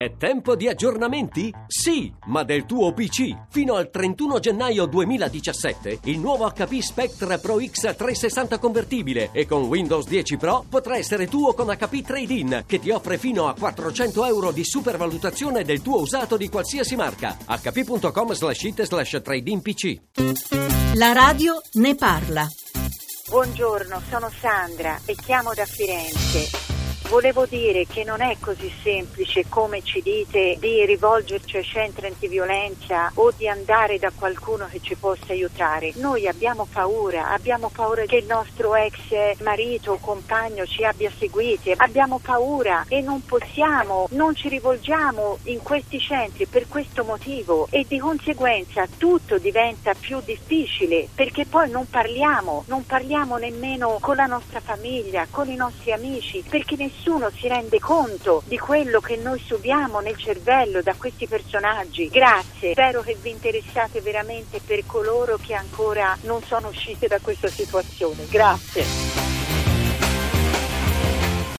È tempo di aggiornamenti? Sì, ma del tuo PC. Fino al 31 gennaio 2017 il nuovo HP Spectre Pro X 360 convertibile e con Windows 10 Pro potrà essere tuo con HP Trade-in, che ti offre fino a 400 euro di supervalutazione del tuo usato di qualsiasi marca. hp.com/it/trade-in PC. La radio ne parla. Buongiorno, sono Sandra e chiamo da Firenze. Volevo dire che non è così semplice, come ci dite, di rivolgerci ai centri antiviolenza o di andare da qualcuno che ci possa aiutare. Noi abbiamo paura che il nostro ex marito o compagno ci abbia seguiti, abbiamo paura e non ci rivolgiamo in questi centri per questo motivo e di conseguenza tutto diventa più difficile, perché poi non parliamo nemmeno con la nostra famiglia, con i nostri amici, perché nessuno si rende conto di quello che noi subiamo nel cervello da questi personaggi. Grazie, spero che vi interessate veramente per coloro che ancora non sono usciti da questa situazione. Grazie.